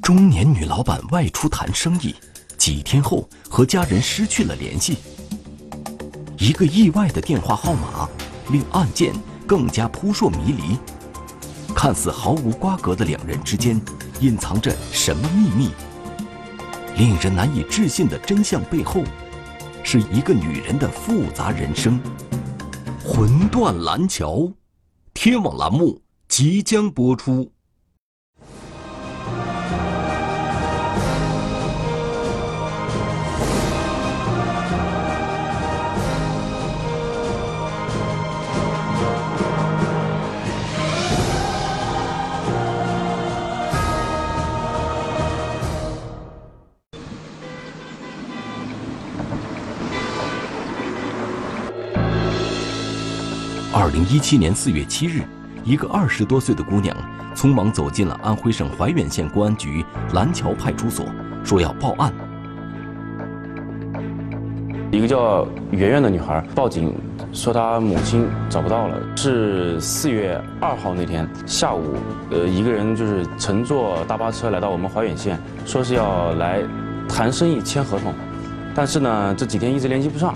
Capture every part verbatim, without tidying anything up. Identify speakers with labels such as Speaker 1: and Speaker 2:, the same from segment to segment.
Speaker 1: 中年女老板外出谈生意，几天后和家人失去了联系。一个意外的电话号码，令案件更加扑朔迷离。看似毫无瓜葛的两人之间，隐藏着什么秘密？令人难以置信的真相背后，是一个女人的复杂人生。魂断蓝桥，天网栏目即将播出。二零一七年四月七日，一个二十多岁的姑娘匆忙走进了安徽省怀远县公安局蓝桥派出所，说要报案。
Speaker 2: 一个叫圆圆的女孩报警说她母亲找不到了，是四月二号那天下午，呃，一个人就是乘坐大巴车来到我们怀远县，说是要来谈生意签合同，但是呢这几天一直联系不上。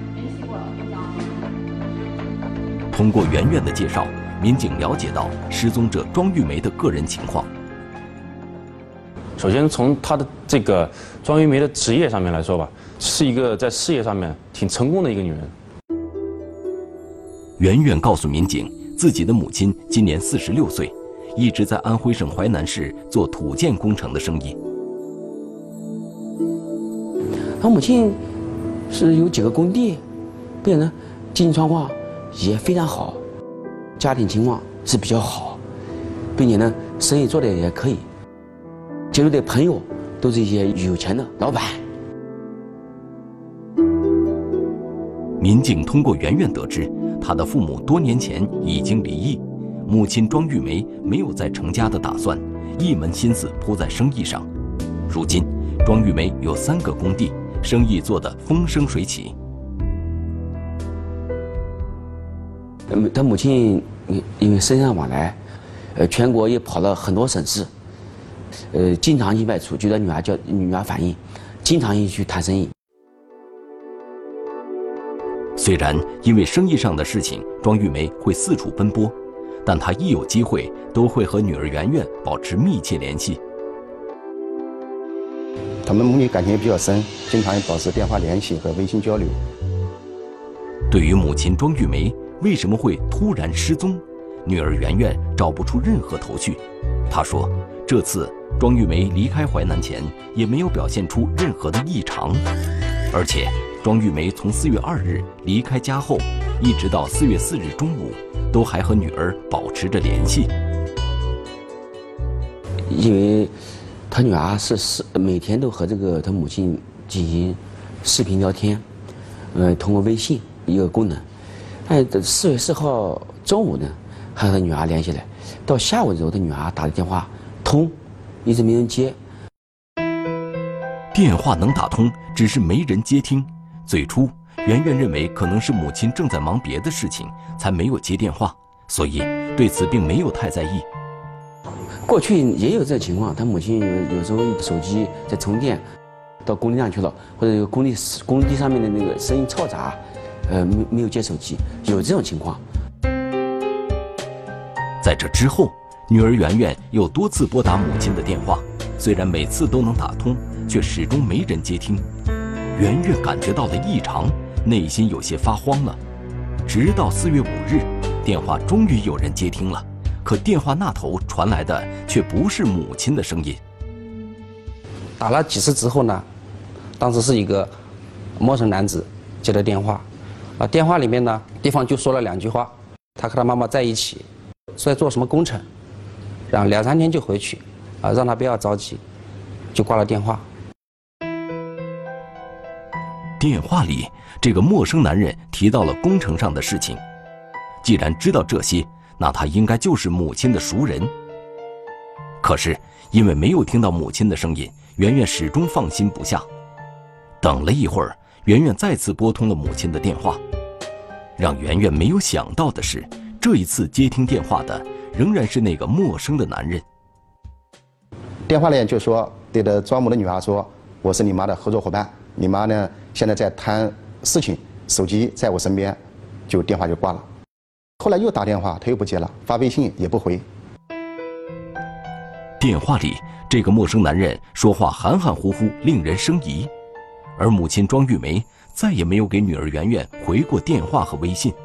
Speaker 1: 通过圆圆的介绍，民警了解到失踪者庄玉梅的个人情况。
Speaker 2: 首先从她的这个庄玉梅的职业上面来说吧，是一个在事业上面挺成功的一个女人。
Speaker 1: 圆圆告诉民警，自己的母亲今年四十六岁，一直在安徽省淮南市做土建工程的生意。
Speaker 3: 她母亲是有几个工地，并且呢经济状况也非常好，家庭情况是比较好，并且呢生意做得也可以，接触的朋友都是一些有钱的老板。
Speaker 1: 民警通过圆圆得知，她的父母多年前已经离异，母亲庄玉梅没有再成家的打算，一门心思扑在生意上。如今，庄玉梅有三个工地，生意做得风生水起。
Speaker 3: 他母亲因为生意上往来，呃，全国也跑了很多省市，呃，经常去外出。就在女儿叫女儿反映，经常去谈生意。
Speaker 1: 虽然因为生意上的事情，庄玉梅会四处奔波，但她一有机会都会和女儿圆圆保持密切联系。
Speaker 4: 他们母女感情也比较深，经常保持电话联系和微信交流。
Speaker 1: 对于母亲庄玉梅为什么会突然失踪，女儿圆圆找不出任何头绪。她说，这次庄玉梅离开淮南前也没有表现出任何的异常，而且庄玉梅从四月二日离开家后，一直到四月四日中午，都还和女儿保持着联系。
Speaker 3: 因为她女儿是是每天都和这个她母亲进行视频聊天，呃，通过微信一个功能。哎，四月四号中午呢，还和他女儿联系了，到下午的时候，他女儿打的电话通，一直没人接。
Speaker 1: 电话能打通，只是没人接听。最初，圆圆认为可能是母亲正在忙别的事情，才没有接电话，所以对此并没有太在意。
Speaker 3: 过去也有这情况，他母亲有有时候手机在充电，到工地上去了，或者工地工地上面的那个声音嘈杂。呃，没没有接手机，有这种情况。
Speaker 1: 在这之后，女儿圆圆又多次拨打母亲的电话，虽然每次都能打通，却始终没人接听。圆圆感觉到了异常，内心有些发慌了。直到四月五日，电话终于有人接听了，可电话那头传来的却不是母亲的声音。
Speaker 5: 打了几次之后呢，当时是一个陌生男子接的电话。啊，电话里面呢，对方就说了两句话，他和他妈妈在一起，在做什么工程，然后两三天就回去，啊，让他不要着急，就挂了电话。
Speaker 1: 电话里，这个陌生男人提到了工程上的事情。既然知道这些，那他应该就是母亲的熟人。可是因为没有听到母亲的声音，圆圆始终放心不下。等了一会儿，圆圆再次拨通了母亲的电话。让圆圆没有想到的是，这一次接听电话的仍然是那个陌生的男人。
Speaker 4: 电话里就说对着庄某的女儿说：“我是你妈的合作伙伴，你妈呢现在在谈事情，手机在我身边。”就电话就挂了。后来又打电话，他又不接了，发微信也不回。
Speaker 1: 电话里，这个陌生男人说话含含糊糊，令人生疑。而母亲庄玉梅再也没有给女儿圆圆回过电话和微信。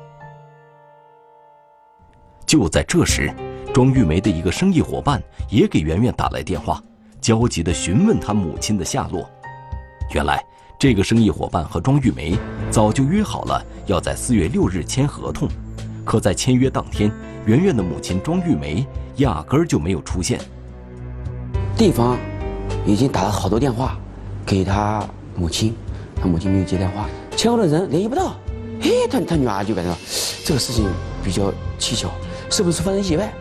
Speaker 1: 就在这时，庄玉梅的一个生意伙伴也给圆圆打来电话，焦急地询问她母亲的下落。原来，这个生意伙伴和庄玉梅早就约好了要在四月六日签合同，可在签约当天，圆圆的母亲庄玉梅压根儿就没有出现。
Speaker 3: 对方已经打了好多电话给他母亲，他母亲没有接电话，签合的人联系不到。哎，他他女儿就感觉到这个事情比较蹊跷，是不是发生意外？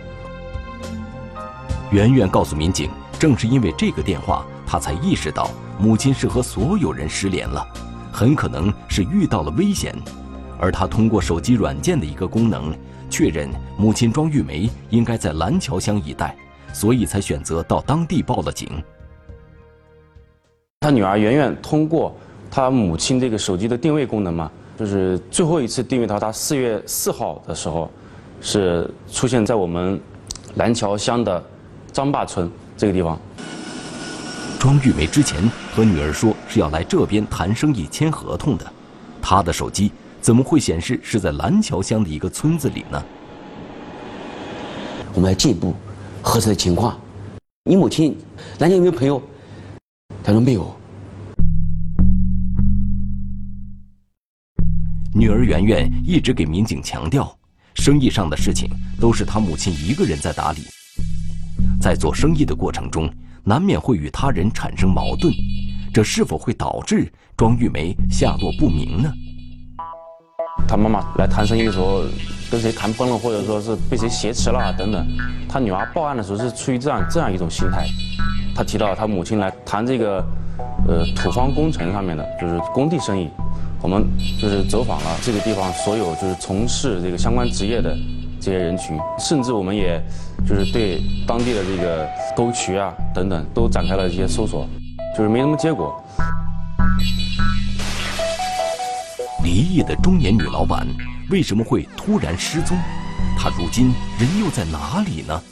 Speaker 1: 圆圆告诉民警，正是因为这个电话，她才意识到母亲是和所有人失联了，很可能是遇到了危险。而她通过手机软件的一个功能，确认母亲庄玉梅应该在蓝桥乡一带，所以才选择到当地报了警。
Speaker 2: 他女儿圆圆通过他母亲这个手机的定位功能嘛，就是最后一次定位到他四月四号的时候，是出现在我们蓝桥乡的张坝村这个地方。
Speaker 1: 庄玉梅之前和女儿说是要来这边谈生意、签合同的，她的手机怎么会显示是在蓝桥乡的一个村子里呢？
Speaker 3: 我们要进一步核实的情况。你母亲蓝桥有没有朋友？他说没有。
Speaker 1: 女儿圆圆一直给民警强调，生意上的事情都是她母亲一个人在打理。在做生意的过程中，难免会与他人产生矛盾，这是否会导致庄玉梅下落不明呢？
Speaker 2: 他妈妈来谈生意的时候，跟谁谈崩了，或者说是被谁挟持了等等。他女儿报案的时候是出于这样这样一种心态。他提到他母亲来谈这个，呃，土方工程上面的，就是工地生意。我们就是走访了这个地方所有就是从事这个相关职业的这些人群，甚至我们也就是对当地的这个沟渠啊等等都展开了一些搜索，就是没什么结果。
Speaker 1: 离异的中年女老板为什么会突然失踪？她如今人又在哪里呢？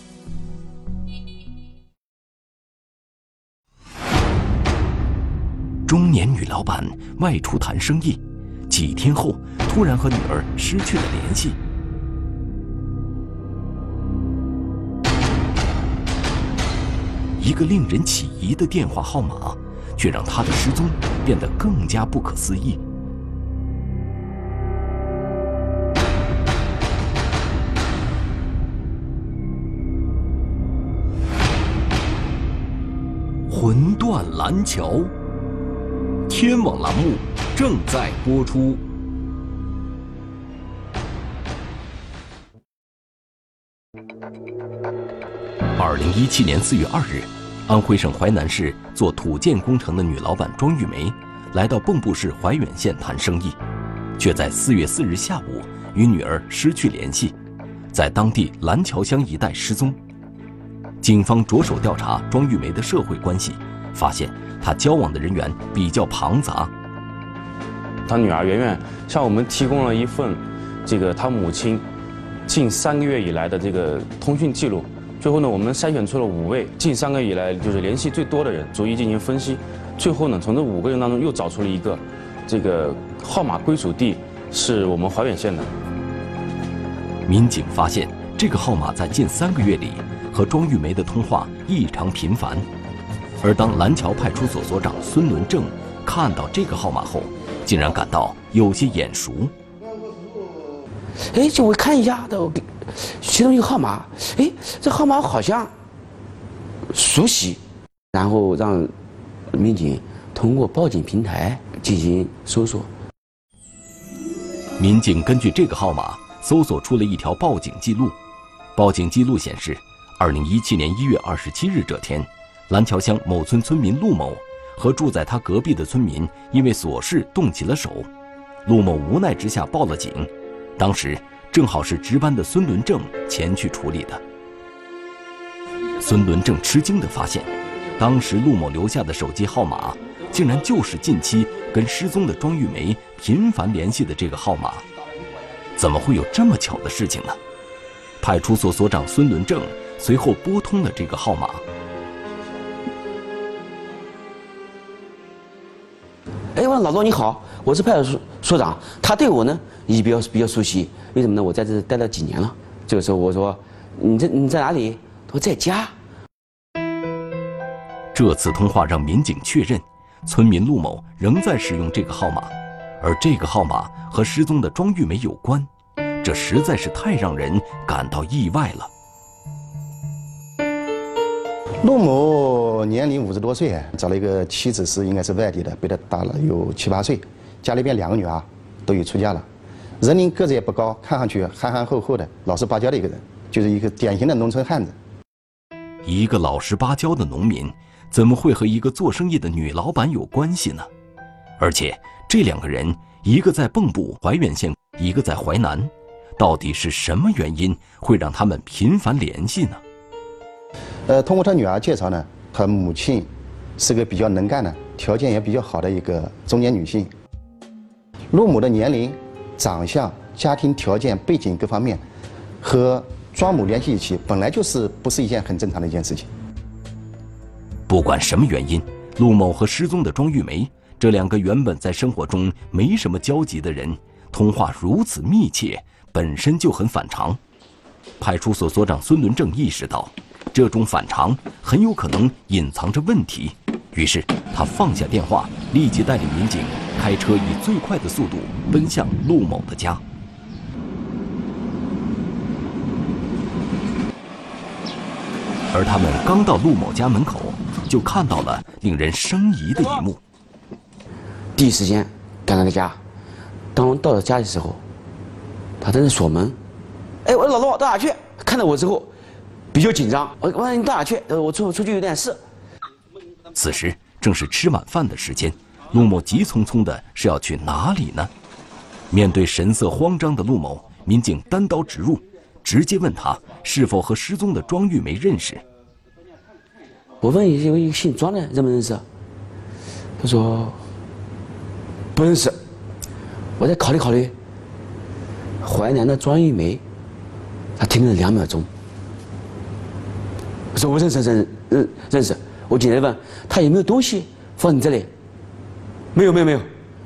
Speaker 1: 中年女老板外出谈生意，几天后突然和女儿失去了联系。一个令人起疑的电话号码，却让她的失踪变得更加不可思议。魂断蓝桥，天网栏目正在播出。二零一七年四月二日，安徽省淮南市做土建工程的女老板庄玉梅来到蚌埠市怀远县谈生意，却在四月四日下午与女儿失去联系，在当地蓝桥乡一带失踪。警方着手调查庄玉梅的社会关系，发现她交往的人员比较庞杂。
Speaker 2: 她女儿圆圆向我们提供了一份这个她母亲近三个月以来的这个通讯记录。最后呢，我们筛选出了五位近三个月以来就是联系最多的人，逐一进行分析。最后呢，从这五个人当中又找出了一个，这个号码归属地是我们怀远县的。
Speaker 1: 民警发现，这个号码在近三个月里和庄玉梅的通话异常频繁，而当蓝桥派出所所长孙伦正看到这个号码后，竟然感到有些眼熟。
Speaker 3: 哎，就我看一下，我给其中一个号码，哎，这号码好像熟悉，然后让民警通过报警平台进行搜索。
Speaker 1: 民警根据这个号码搜索出了一条报警记录，报警记录显示，二零一七年一月二十七日这天，蓝桥乡某村村民陆某和住在他隔壁的村民因为琐事动起了手，陆某无奈之下报了警。当时正好是值班的孙伦正前去处理的。孙伦正吃惊地发现， 当时陆某留下的手机号码，竟然就是近期跟失踪的庄玉梅频繁联系的这个号码。怎么会有这么巧的事情呢？派出所所长孙伦正随后拨通了这个号码。
Speaker 3: 哎，我说老罗你好，我是派出所所长，他对我呢也比较比较熟悉。为什么呢？我在这待了几年了。这个时候我说，你在你在哪里？他说在家。
Speaker 1: 这次通话让民警确认，村民陆某仍在使用这个号码，而这个号码和失踪的庄玉梅有关，这实在是太让人感到意外了。
Speaker 4: 陆某年龄五十多岁，找了一个妻子是应该是外地的，比他大了有七八岁，家里边两个女儿都已出嫁了，人龄个子也不高，看上去憨憨厚厚的，老实巴交的一个人，就是一个典型的农村汉子。
Speaker 1: 一个老实巴交的农民，怎么会和一个做生意的女老板有关系呢？而且这两个人，一个在蚌埠怀远县，一个在淮南，到底是什么原因会让他们频繁联系呢？
Speaker 4: 呃，通过他女儿介绍呢，他母亲是个比较能干的，条件也比较好的一个中年女性。陆某的年龄、长相、家庭条件、背景各方面，和庄某联系一起，本来就是不是一件很正常的一件事情。
Speaker 1: 不管什么原因，陆某和失踪的庄玉梅这两个原本在生活中没什么交集的人，通话如此密切，本身就很反常。派出所所长孙伦正意识到，这种反常很有可能隐藏着问题，于是他放下电话，立即带领民警开车以最快的速度奔向陆某的家。而他们刚到陆某家门口，就看到了令人生疑的一幕。
Speaker 3: 第一时间赶到他家，当我到了家的时候，他正在锁门。哎，我说老罗到哪去？看到我之后，比较紧张。我我说你到哪去？呃，我出出去有点事。
Speaker 1: 此时正是吃晚饭的时间，陆某急匆匆的是要去哪里呢？面对神色慌张的陆某，民警单刀直入，直接问他是否和失踪的庄玉梅认识。
Speaker 3: 我问有一个姓庄的认不认识？他说不认识。我再考虑考虑。淮南的庄玉梅，他停了两秒钟。我说我认识认认认识。我紧接着问他有没有东西放你这里？没有没有没有。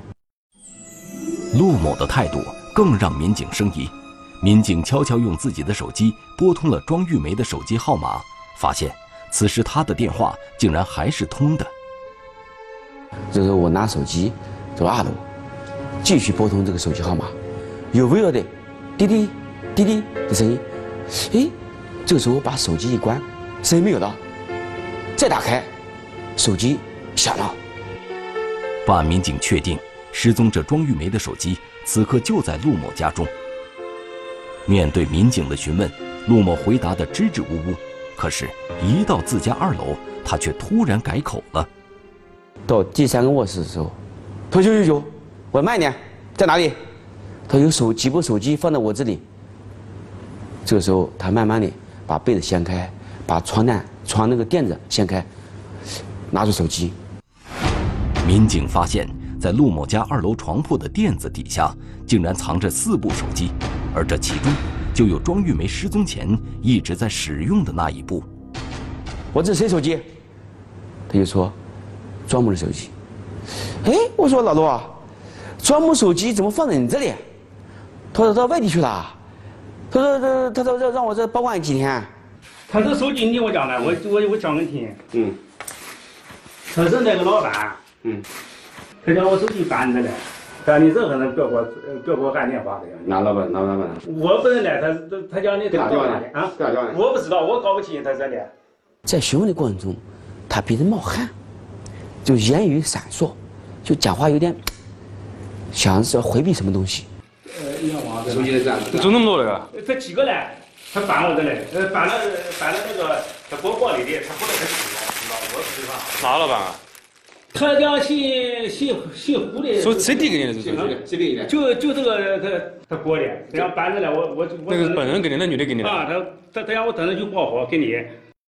Speaker 1: 陆某的态度更让民警生疑。民警悄悄用自己的手机拨通了庄玉梅的手机号码，发现此时她的电话竟然还是通的。
Speaker 3: 这时候我拿手机走二楼，继续拨通这个手机号码，有微弱的滴滴滴滴的声音。哎，这个时候我把手机一关，声音没有了。再打开，手机响了。
Speaker 1: 办案民警确定，失踪者庄玉梅的手机此刻就在陆某家中。面对民警的询问，陆某回答的支支吾吾，可是，一到自家二楼，他却突然改口了。
Speaker 3: 到第三个卧室的时候，他说：“九九九，我慢一点，在哪里？”他有手几部手机放在我这里。这个时候，他慢慢的把被子掀开，把床单、床那个垫子掀开，拿出手机。
Speaker 1: 民警发现，在陆某家二楼床铺的垫子底下，竟然藏着四部手机，而这其中就有庄玉梅失踪前一直在使用的那一部。
Speaker 3: 我这是谁手机？他就说，庄某的手机。哎，我说老罗，庄某手机怎么放在你这里？他说到外地去了。他说他他说让让我这保管几天。
Speaker 6: 他这手机你我讲的，我我我讲给你听。
Speaker 3: 嗯。
Speaker 6: 他是那个老板。
Speaker 3: 嗯。
Speaker 6: 他叫我手机搬着来，但你任何人别给我别给我按电话的。
Speaker 3: 哪老板？哪老板？
Speaker 6: 我不认得他，他叫你
Speaker 3: 打电话
Speaker 6: 的啊？
Speaker 3: 打电话。
Speaker 6: 我不知道，我搞不清他这里。
Speaker 3: 在询问的过程中，他鼻子冒汗，就言语闪烁，就讲话有点想是要回避什么东西。
Speaker 6: 呃，你看我
Speaker 3: 手机在这样，
Speaker 2: 就那么多了。
Speaker 6: 他几个嘞？他搬我这里，呃，搬了搬了那个他给我包里的，他后来他知道，知道我不知道。
Speaker 2: 哪老板啊？
Speaker 6: 他家姓姓姓胡的。
Speaker 2: 说谁递给你的这手机？
Speaker 3: 谁给你的？
Speaker 6: 就就这个他他给我的，他要搬着来，我我我。
Speaker 2: 那个是本人给你，那女的给你的。
Speaker 6: 啊，他他他让我等着去报火给你。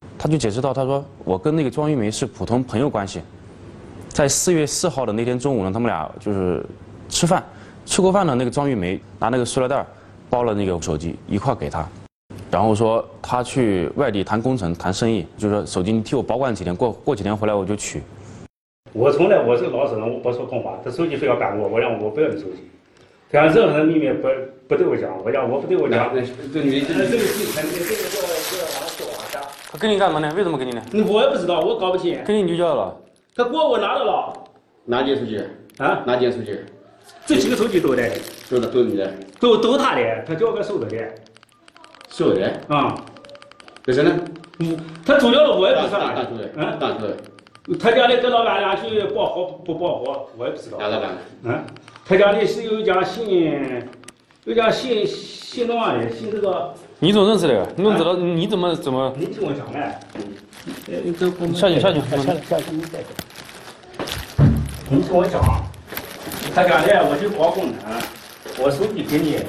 Speaker 2: 他就解释到，他说我跟那个庄玉梅是普通朋友关系，在四月四号的那天中午呢，他们俩就是吃饭，吃过饭呢，那个庄玉梅拿那个塑料袋包了那个手机一块给他，然后说他去外地谈工程谈生意，就说手机你替我保管几天，过过几天回来我就取。
Speaker 6: 我从来我是老实人，我不说空话，他手机非要办我，我让我不要你手机。这样任何人秘密不不对我讲，我讲我不对我讲。
Speaker 5: 这女的，这个
Speaker 6: 这个是肯定这个这个这个往说往下。
Speaker 2: 他跟你干嘛呢？为什么跟你呢？
Speaker 6: 我也不知道，我搞不清。
Speaker 2: 跟你就叫了。
Speaker 6: 他给我我拿到了。
Speaker 5: 哪件手机？
Speaker 6: 啊？
Speaker 5: 哪件手机？
Speaker 6: 这几个手机都在的。
Speaker 5: 都的都你的。
Speaker 6: 都都他的，他叫我收着的。
Speaker 5: 收的？
Speaker 6: 啊。
Speaker 5: 这是呢？
Speaker 6: 嗯，他主要的我也不知道。
Speaker 5: 大出的。嗯，大出的。
Speaker 6: 他家里跟老板俩去报活不报活，我也不知道。
Speaker 5: 哪老板？
Speaker 6: 嗯，他家里是有一家姓，有家姓姓什么的，姓这个。
Speaker 2: 你怎么认识的？你怎么知道？你怎么怎么？
Speaker 6: 你听我讲嘞。
Speaker 2: 下去下去
Speaker 6: 下去下去你再讲。你听我讲，他家里我去报工程，我手机给你。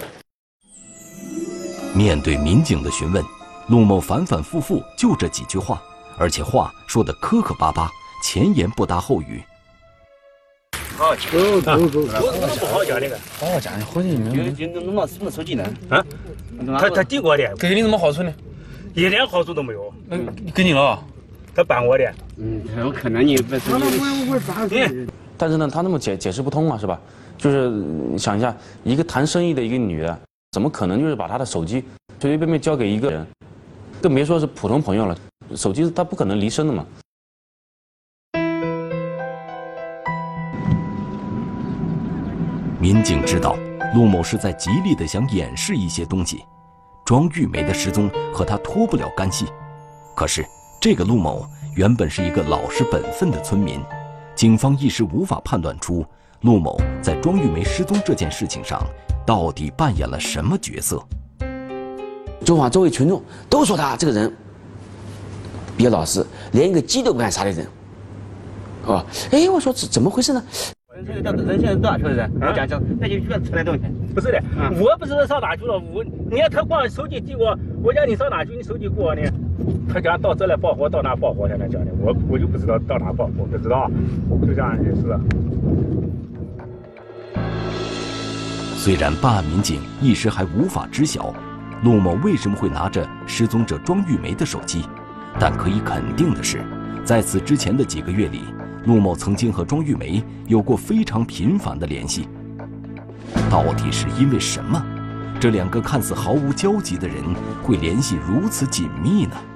Speaker 1: 面对民警的询问，陆某反反复复就这几句话，而且话说得磕磕巴巴。前言不搭后语。
Speaker 6: 好讲，走走走，我不好讲这个。
Speaker 2: 好好讲，回去你们。
Speaker 5: 你弄到什么手机呢？
Speaker 6: 啊？他他递过的。
Speaker 2: 给你什么好处呢？
Speaker 6: 一点好处都没有。
Speaker 2: 嗯，给你了。
Speaker 6: 他办我的。
Speaker 5: 嗯，有可能你不是。
Speaker 6: 嗯。
Speaker 2: 但是呢，他那么解解释不通嘛，是吧？就是你想一下，一个谈生意的一个女的，怎么可能就是把她的手机随随便便交给一个人？更别说是普通朋友了，手机他不可能离身的嘛。
Speaker 1: 民警知道陆某是在极力的想掩饰一些东西，庄玉梅的失踪和他脱不了干系。可是这个陆某原本是一个老实本分的村民，警方一时无法判断出陆某在庄玉梅失踪这件事情上到底扮演了什么角色。
Speaker 3: 走访周围群众都说他这个人比较老实，连一个鸡都不敢杀的人。哦，哎，我说这怎么回事呢？
Speaker 5: 这个人现在多少去的人？我讲讲，那就需要出来东西。
Speaker 6: 不是的，我不知道上哪去了。我，你看他光手机递我，我讲你上哪去？你手机给我呢？他讲到这来报活，到那报活才能讲的。我我就不知道到哪报，我不知道，就这样的事。
Speaker 1: 虽然办案民警一时还无法知晓陆某为什么会拿着失踪者庄玉梅的手机，但可以肯定的是，在此之前的几个月里，陆某曾经和庄玉梅有过非常频繁的联系。到底是因为什么，这两个看似毫无交集的人会联系如此紧密呢？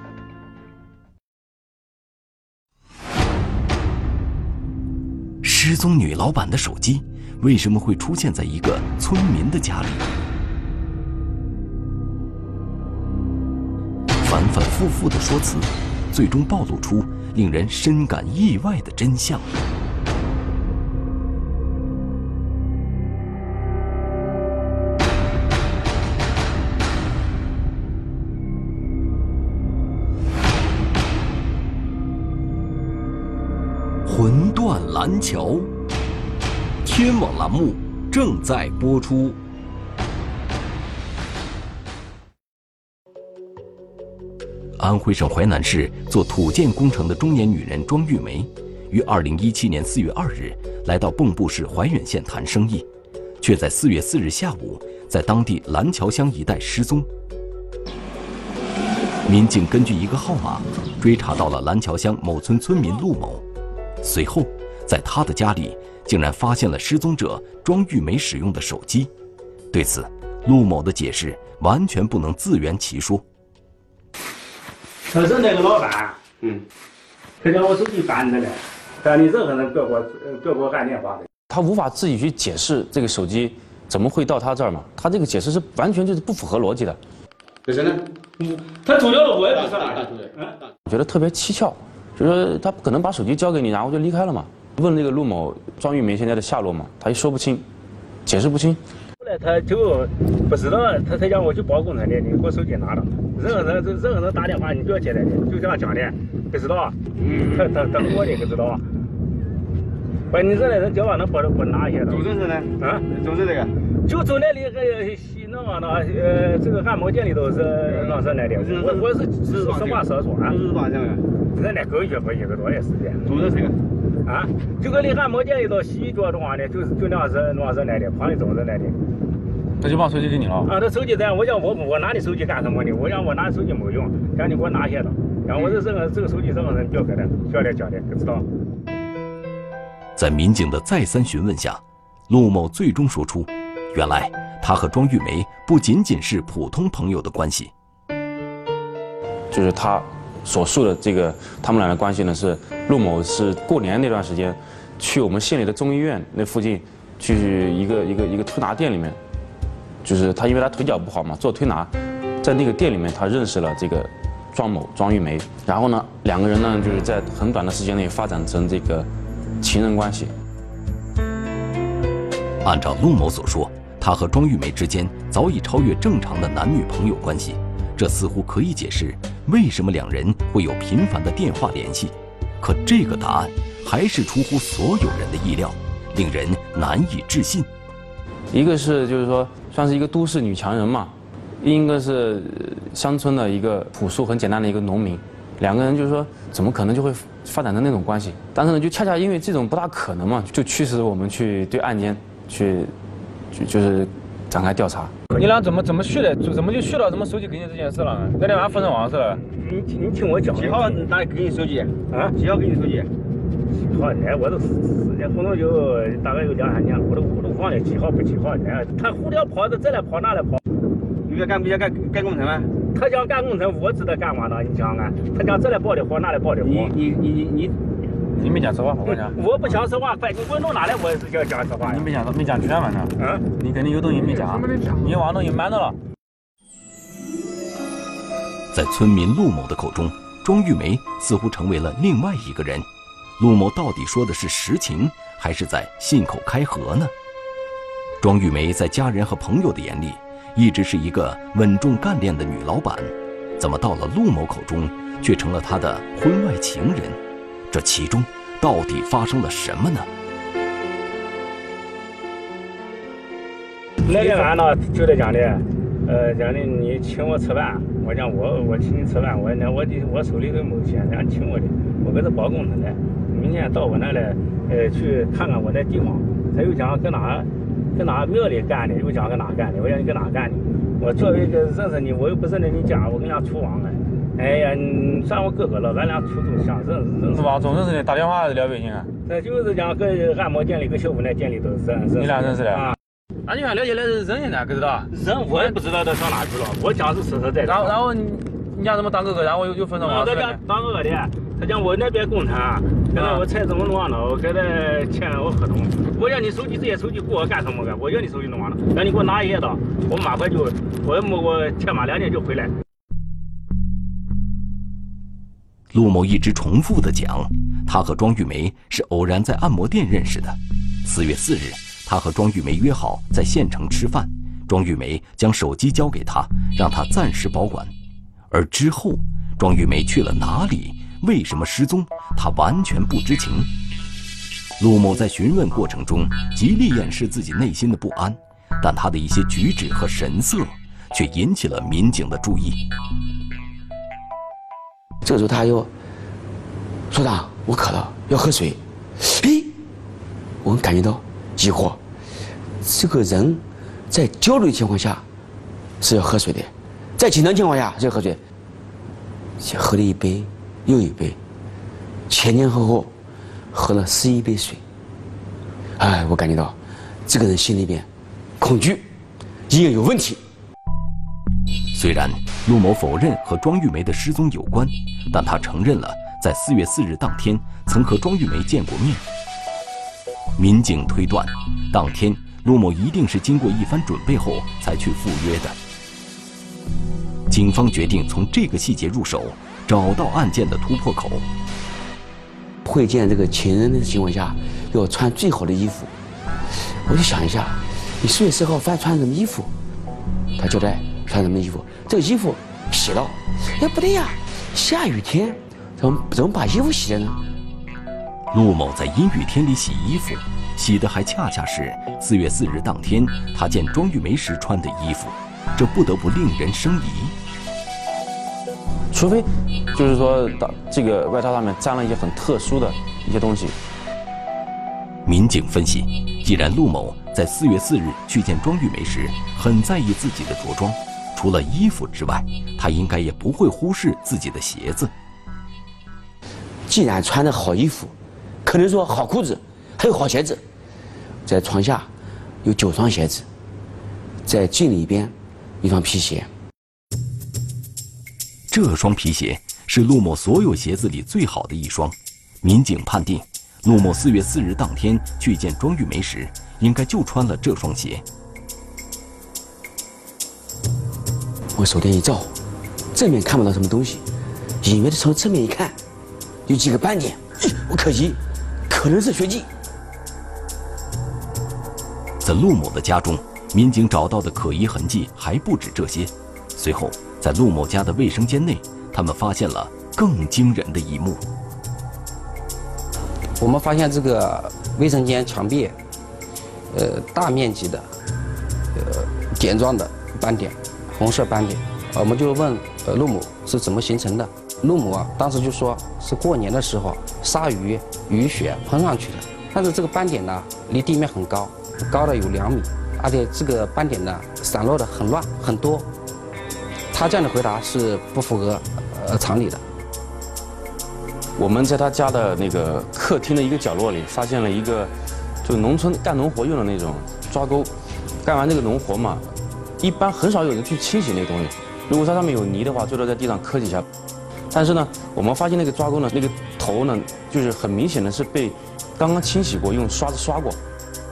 Speaker 1: 失踪女老板的手机为什么会出现在一个村民的家里？反反复复的说辞，最终暴露出令人深感意外的真相。魂断蓝桥，天网栏目正在播出。安徽省淮南市做土建工程的中年女人庄玉梅，于二零一七年四月二日来到蚌埠市怀远县谈生意，却在四月四日下午在当地蓝桥乡一带失踪。民警根据一个号码追查到了蓝桥乡某村村民陆某，随后在他的家里竟然发现了失踪者庄玉梅使用的手机。对此，陆某的解释完全不能自圆其说。
Speaker 6: 他是那个老板，嗯，他叫我手机办的嘞，但你任何人别给我别给我按电话的。
Speaker 2: 他无法自己去解释这个手机怎么会到他这儿嘛？他这个解释是完全就是不符合逻辑的。
Speaker 5: 这是呢？
Speaker 6: 嗯，他主要的我也不知道。嗯，
Speaker 2: 我觉得特别蹊跷，就是他不可能把手机交给你，然后就离开了嘛。问那个陆某庄玉梅现在的下落嘛，他也说不清，解释不清。
Speaker 6: 后来他就不知道，他才让我去报工程的，你给我手机拿了。任何人任何人打电话你不要接待的，就这样讲的，不知道？嗯，他他他我的不知道。把你这类人叫完能不不拿一些的？
Speaker 5: 组织是呢？
Speaker 6: 啊，
Speaker 5: 组织这个。
Speaker 6: 就走那里个西那嘛那呃，这个按摩店里头是那是那的，我我是实话实说啊。
Speaker 7: 是多少钱啊？
Speaker 6: 这那个月不一个多月时间。
Speaker 7: 住的这个。
Speaker 6: 啊，就跟你按摩店里头洗脚的话呢，就是就那是那是那的，旁里走是那的。
Speaker 2: 那就把手机给你了。
Speaker 6: 啊，这手机在，我讲我我拿你手机干什么呢？我讲我拿手机没用，让你给我拿些的。然后我说这个这个手机什么人掉给的，交代交代，不知道。
Speaker 1: 在民警的再三询问下，陆某最终说出，原来他和庄玉梅不仅仅是普通朋友的关系。
Speaker 2: 就是他所述的这个他们俩的关系呢，是陆某是过年那段时间，去我们县里的中医院那附近，去一个一个一个推拿店里面，就是他因为他腿脚不好嘛，做推拿，在那个店里面他认识了这个庄某庄玉梅，然后呢两个人呢就是在很短的时间内发展成这个情人关系。
Speaker 1: 按照陆某所说，他和庄玉梅之间早已超越正常的男女朋友关系，这似乎可以解释为什么两人会有频繁的电话联系。可这个答案还是出乎所有人的意料，令人难以置信。
Speaker 2: 一个是就是说算是一个都市女强人嘛，一个是乡村的一个朴素很简单的一个农民，两个人就是说怎么可能就会发展成那种关系？但是呢，就恰恰因为这种不大可能嘛，就驱使我们去对案件去就就是展开调查。
Speaker 8: 你俩怎么怎么去的？怎么就去了？怎么手机给你这件事了？那天晚上发生往事了？
Speaker 6: 你你听我讲，
Speaker 7: 几号拿给你手机？
Speaker 6: 啊？
Speaker 7: 几号给你手机？
Speaker 6: 几号呢？我都时间后头就大概有两三年了，我都我都忘了几号不几号呢？他胡聊跑的，这来跑那来跑。
Speaker 7: 你要干不要干干工程吗？
Speaker 6: 他讲干工程，我知道干嘛呢？你讲啊？他讲这来报的活，那来报的活。
Speaker 7: 你你你你你。
Speaker 8: 你没讲实话，我跟你讲。
Speaker 6: 我不讲实话，快，你问到哪来，我也是叫讲实话。
Speaker 8: 你没讲，没讲全完呢。
Speaker 6: 嗯。
Speaker 8: 你肯定有东西没讲，你忘东西瞒着了。
Speaker 1: 在村民陆某的口中，庄玉梅似乎成为了另外一个人。陆某到底说的是实情，还是在信口开河呢？庄玉梅在家人和朋友的眼里，一直是一个稳重干练的女老板，怎么到了陆某口中，却成了他的婚外情人？这其中到底发生了什么呢？
Speaker 6: 那天晚上呢，就在讲的，呃，讲的你请我吃饭，我讲我我请你吃饭，我那我我手里头没钱，人家请我的，我搁这包工程的，明天到我那来，呃，去看看我那地方。他又讲搁哪，搁哪庙里干的，又讲搁哪干的，我讲你搁哪干的？我作为一个认识你，我又不是那你家，我跟人家出往了。哎呀，你算我哥哥了，俺俩初中相认识认识。
Speaker 8: 是吧？总认识的，打电话还是聊微信啊？
Speaker 6: 那就是讲搁按摩店里，搁小五那店里头认识。
Speaker 8: 你俩认识的
Speaker 6: 啊？
Speaker 8: 那你还了解的是人呢？不知道？
Speaker 6: 人我也不知道他上哪去了。我讲是实实在在。
Speaker 8: 然后然后你你讲怎么当哥哥，然后又又分手了？
Speaker 6: 他讲当哥哥的，他讲我那边工程，跟他我菜怎么弄完了，我给他签我合同。我要你手机这些手机给我干什么干？我要你手机弄完了，让你给我拿一些的，我马上就我我天马两天就回来。
Speaker 1: 陆某一直重复地讲，他和庄玉梅是偶然在按摩店认识的。四月四日，他和庄玉梅约好在县城吃饭，庄玉梅将手机交给他，让他暂时保管。而之后，庄玉梅去了哪里？为什么失踪？他完全不知情。陆某在询问过程中极力掩饰自己内心的不安，但他的一些举止和神色却引起了民警的注意。
Speaker 3: 这个时候他又所长，我渴了，要喝水。嘿，我们感觉到疑惑，这个人在焦虑的情况下是要喝水的，在紧张情况下是要喝水。先喝了一杯又一杯，前前后后喝了十一杯水。哎，我感觉到这个人心里边恐惧，应该有问题。
Speaker 1: 虽然陆某否认和庄玉梅的失踪有关，但他承认了在四月四日当天曾和庄玉梅见过面。民警推断，当天陆某一定是经过一番准备后才去赴约的。警方决定从这个细节入手，找到案件的突破口。
Speaker 3: 会见这个情人的情况下，要穿最好的衣服。我就想一下，你四月四号穿穿什么衣服？他交代穿什么衣服？这个衣服洗了。哎，不对呀，下雨天怎么怎么把衣服洗了呢？
Speaker 1: 陆某在阴雨天里洗衣服， 洗的还恰恰是四月四日当天他见庄玉梅时穿的衣服，这不得不令人生疑。
Speaker 2: 除非就是说，这个外套上面沾了一些很特殊的一些东西。
Speaker 1: 民警分析，既然陆某在四月四日去见庄玉梅时很在意自己的着装，除了衣服之外，他应该也不会忽视自己的鞋子。
Speaker 3: 既然穿的好衣服，可能说好裤子，还有好鞋子，在床下有九双鞋子，在镜里边一双皮鞋。
Speaker 1: 这双皮鞋是陆某所有鞋子里最好的一双。民警判定，陆某四月四日当天去见庄玉梅时，应该就穿了这双鞋。
Speaker 3: 我手电一照，正面看不到什么东西，隐约的从侧面一看，有几个斑点，我可疑，可能是血迹。
Speaker 1: 在陆某的家中，民警找到的可疑痕迹还不止这些。随后，在陆某家的卫生间内，他们发现了更惊人的一幕。
Speaker 5: 我们发现这个卫生间墙壁，呃，大面积的，呃，点状的斑点，红色斑点。我们就问呃陆某是怎么形成的。陆某啊，当时就说是过年的时候鲨鱼雨雪喷上去的。但是这个斑点呢，离地面很高，高了有两米，而且这个斑点呢散落的很乱很多。他这样的回答是不符合呃常理的。
Speaker 2: 我们在他家的那个客厅的一个角落里，发现了一个，就农村干农活用的那种抓钩。干完这个农活嘛，一般很少有人去清洗那个东西。如果它上面有泥的话，最多在地上磕几下。但是呢，我们发现那个抓钩呢，那个头呢，就是很明显的是被刚刚清洗过，用刷子刷过。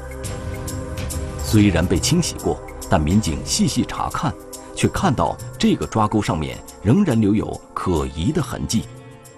Speaker 1: 虽然被清洗过，但民警细细查看，却看到这个抓钩上面仍然留有可疑的痕迹。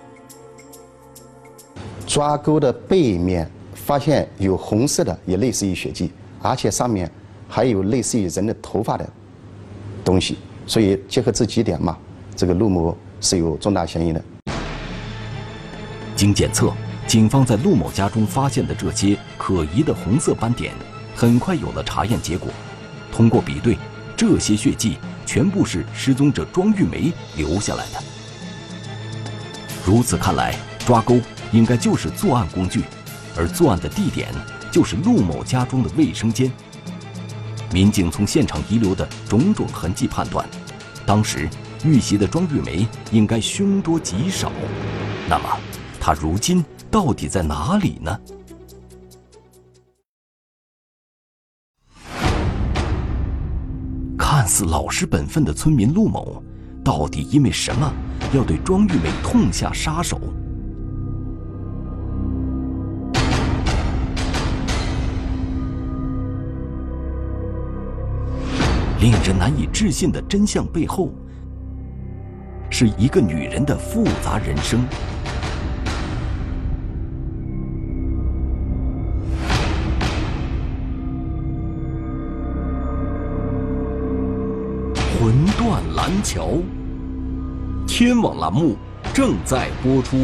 Speaker 4: 抓钩的背面发现有红色的，也类似于血迹，而且上面还有类似于人的头发的东西，所以结合这几点嘛，这个陆某是有重大嫌疑的。
Speaker 1: 经检测，警方在陆某家中发现的这些可疑的红色斑点，很快有了查验结果。通过比对，这些血迹全部是失踪者庄玉梅留下来的。如此看来，抓钩应该就是作案工具，而作案的地点就是陆某家中的卫生间。民警从现场遗留的种种痕迹判断，当时遇袭的庄玉梅应该凶多吉少。那么，她如今到底在哪里呢？看似老实本分的村民陆某，到底因为什么要对庄玉梅痛下杀手？令人难以置信的真相背后，是一个女人的复杂人生。魂断蓝桥，天网栏目正在播出。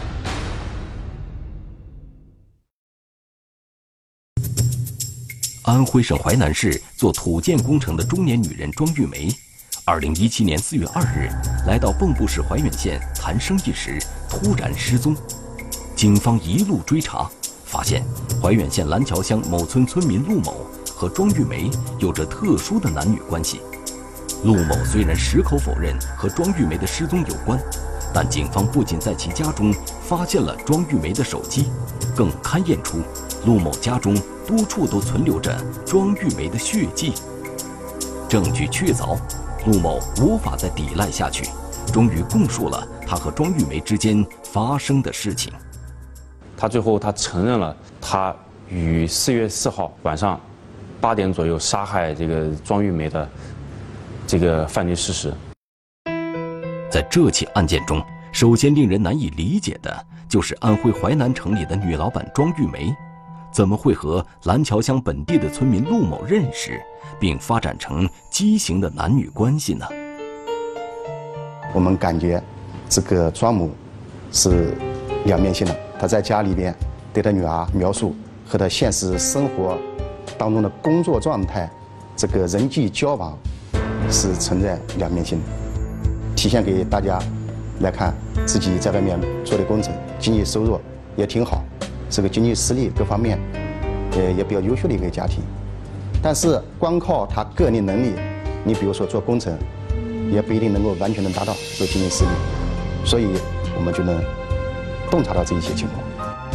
Speaker 1: 安徽省淮南市做土建工程的中年女人庄玉梅，二零一七年四月二日来到蚌埠市怀远县谈生意时突然失踪。警方一路追查，发现怀远县蓝桥乡某村村民陆某和庄玉梅有着特殊的男女关系。陆某虽然矢口否认和庄玉梅的失踪有关，但警方不仅在其家中发现了庄玉梅的手机，更勘验出陆某家中多处都存留着庄玉梅的血迹。证据确凿，陆某无法再抵赖下去，终于供述了他和庄玉梅之间发生的事情。
Speaker 2: 他最后他承认了，他于四月四号晚上八点左右杀害这个庄玉梅的这个犯罪事实。
Speaker 1: 在这起案件中，首先令人难以理解的就是安徽淮南城里的女老板庄玉梅，怎么会和蓝桥乡本地的村民陆某认识，并发展成畸形的男女关系呢？
Speaker 4: 我们感觉这个庄母是两面性的，她在家里边对她女儿描述和他现实生活当中的工作状态，这个人际交往是存在两面性的，体现给大家来看自己在外面做的工程，经济收入也挺好，是个经济实力各方面也也比较优秀的一个家庭。但是光靠他个人能力，你比如说做工程，也不一定能够完全能达到这个经济实力，所以我们就能洞察到这一些情况。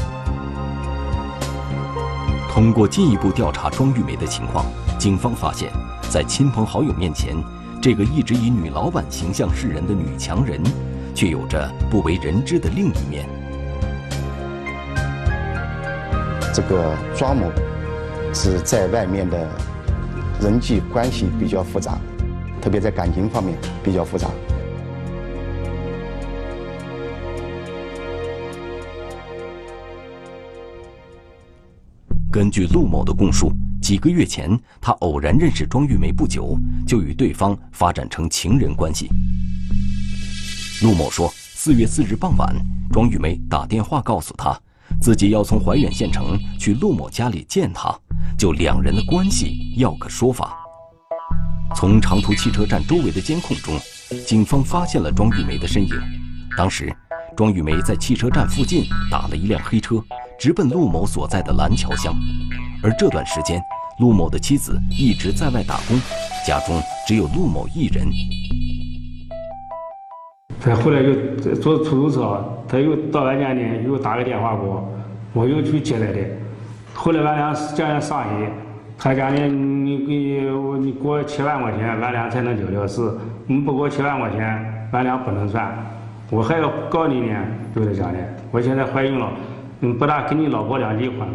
Speaker 1: 通过进一步调查庄玉梅的情况，警方发现，在亲朋好友面前，这个一直以女老板形象示人的女强人，却有着不为人知的另一面。
Speaker 4: 这个庄某是在外面的人际关系比较复杂，特别在感情方面比较复杂。
Speaker 1: 根据陆某的供述，几个月前他偶然认识庄玉梅不久，就与对方发展成情人关系。陆某说，四月四日傍晚，庄玉梅打电话告诉他，自己要从怀远县城去陆某家里见他，就两人的关系要个说法。从长途汽车站周围的监控中，警方发现了庄玉梅的身影。当时，庄玉梅在汽车站附近打了一辆黑车，直奔陆某所在的蓝桥乡。而这段时间，陆某的妻子一直在外打工，家中只有陆某一人。
Speaker 6: 他后来又坐出租车，他又到俺家呢，又打个电话给我，我又去接来的。后来俺俩这样商议，他家呢，你给我你给我七万块钱，俺俩才能交了事。你不给我七万块钱，俺俩不能算。我还要告你呢，就是这样的。我现在怀孕了，嗯，不打跟你老婆俩离婚。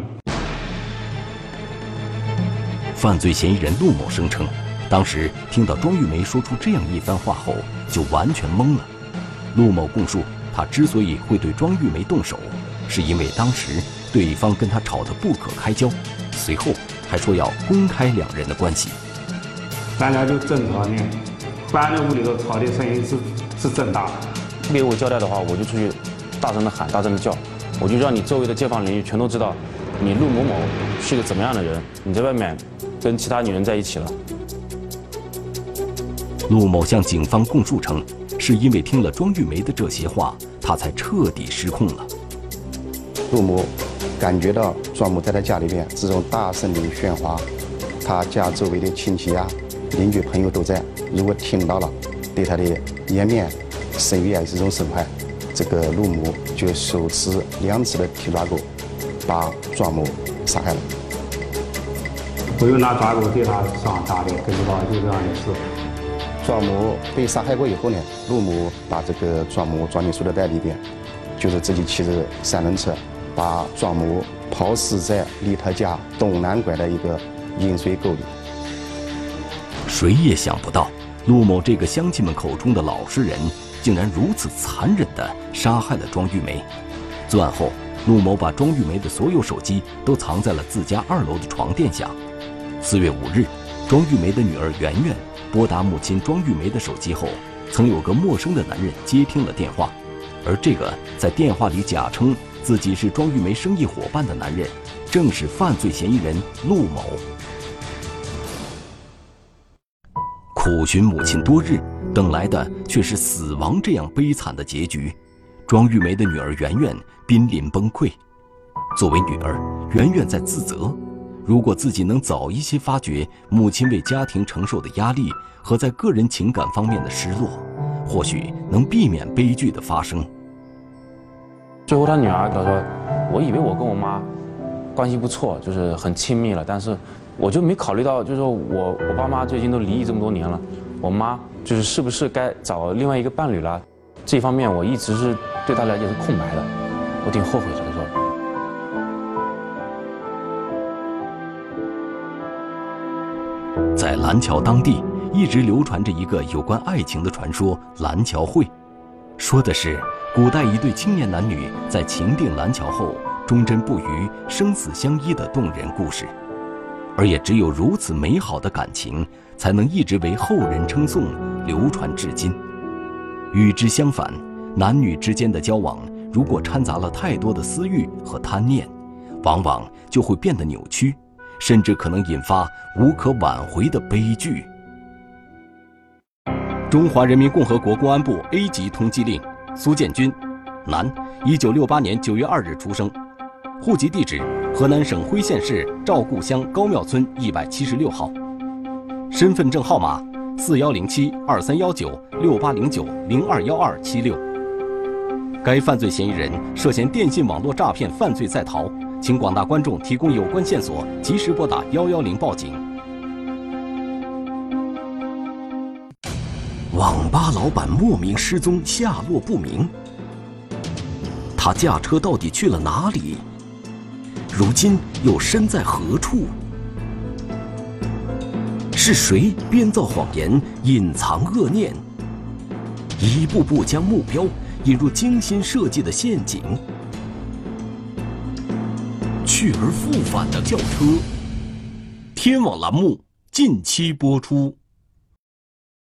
Speaker 1: 犯罪嫌疑人陆某声称，当时听到庄玉梅说出这样一番话后，就完全懵了。陆某供述，他之所以会对庄玉梅动手，是因为当时对方跟他吵得不可开交，随后还说要公开两人的关系。
Speaker 6: 咱俩就争吵呢，把俺屋里头吵的声音是是真大。
Speaker 2: 不给我交代的话，我就出去大声的喊，大声的叫，我就让你周围的街坊邻居全都知道，你陆某某是个怎么样的人，你在外面跟其他女人在一起了。
Speaker 1: 陆某向警方供述称，是因为听了庄玉梅的这些话，他才彻底失控了。
Speaker 4: 陆某感觉到庄某在他家里面这种大声的喧哗，他家周围的亲戚啊、邻居朋友都在，如果听到了，对他的颜面、声誉啊是一种损害。这个陆某就手持两尺的铁抓钩，把庄某杀害了。
Speaker 6: 我又拿抓钩对他上打的，不知道就这样的事。
Speaker 4: 庄某被杀害过以后呢，陆某把这个庄某装进塑料袋里边，就是自己骑着三轮车，把庄某抛尸在离他家东南拐的一个引水沟里。
Speaker 1: 谁也想不到，陆某这个乡亲们口中的老实人，竟然如此残忍地杀害了庄玉梅。作案后，陆某把庄玉梅的所有手机都藏在了自家二楼的床垫下。四月五日，庄玉梅的女儿圆圆拨打母亲庄玉梅的手机后，曾有个陌生的男人接听了电话，而这个在电话里假称自己是庄玉梅生意伙伴的男人，正是犯罪嫌疑人陆某。苦寻母亲多日，等来的却是死亡这样悲惨的结局。庄玉梅的女儿圆圆濒临崩溃。作为女儿，圆圆在自责，如果自己能早一些发觉母亲为家庭承受的压力和在个人情感方面的失落，或许能避免悲剧的发生。
Speaker 2: 最后他女儿他说，我以为我跟我妈关系不错，就是很亲密了，但是我就没考虑到，就是说我我爸妈最近都离异这么多年了，我妈就是是不是该找另外一个伴侣了？这方面我一直是对她了解是空白的，我挺后悔的。说，
Speaker 1: 在蓝桥当地一直流传着一个有关爱情的传说——蓝桥会，说的是古代一对青年男女在情定蓝桥后忠贞不渝、生死相依的动人故事。而也只有如此美好的感情，才能一直为后人称颂、流传至今。与之相反，男女之间的交往如果掺杂了太多的私欲和贪念， 往往就会变得扭曲，甚至可能引发无可挽回的悲剧。中华人民共和国公安部 A 级通缉令：苏建军，男，一九六八年九月二日出生，户籍地址河南省辉县市赵固乡高庙村一百七十六号，身份证号码四幺零七二三幺九六八零九零二幺二七六。该犯罪嫌疑人涉嫌电信网络诈骗犯罪在逃，请广大观众提供有关线索，及时拨打幺幺零报警。网吧老板莫名失踪，下落不明。他驾车到底去了哪里？如今又身在何处？是谁编造谎言，隐藏恶念，一步步将目标引入精心设计的陷阱？去而复返的轿车，天网栏目近期播出。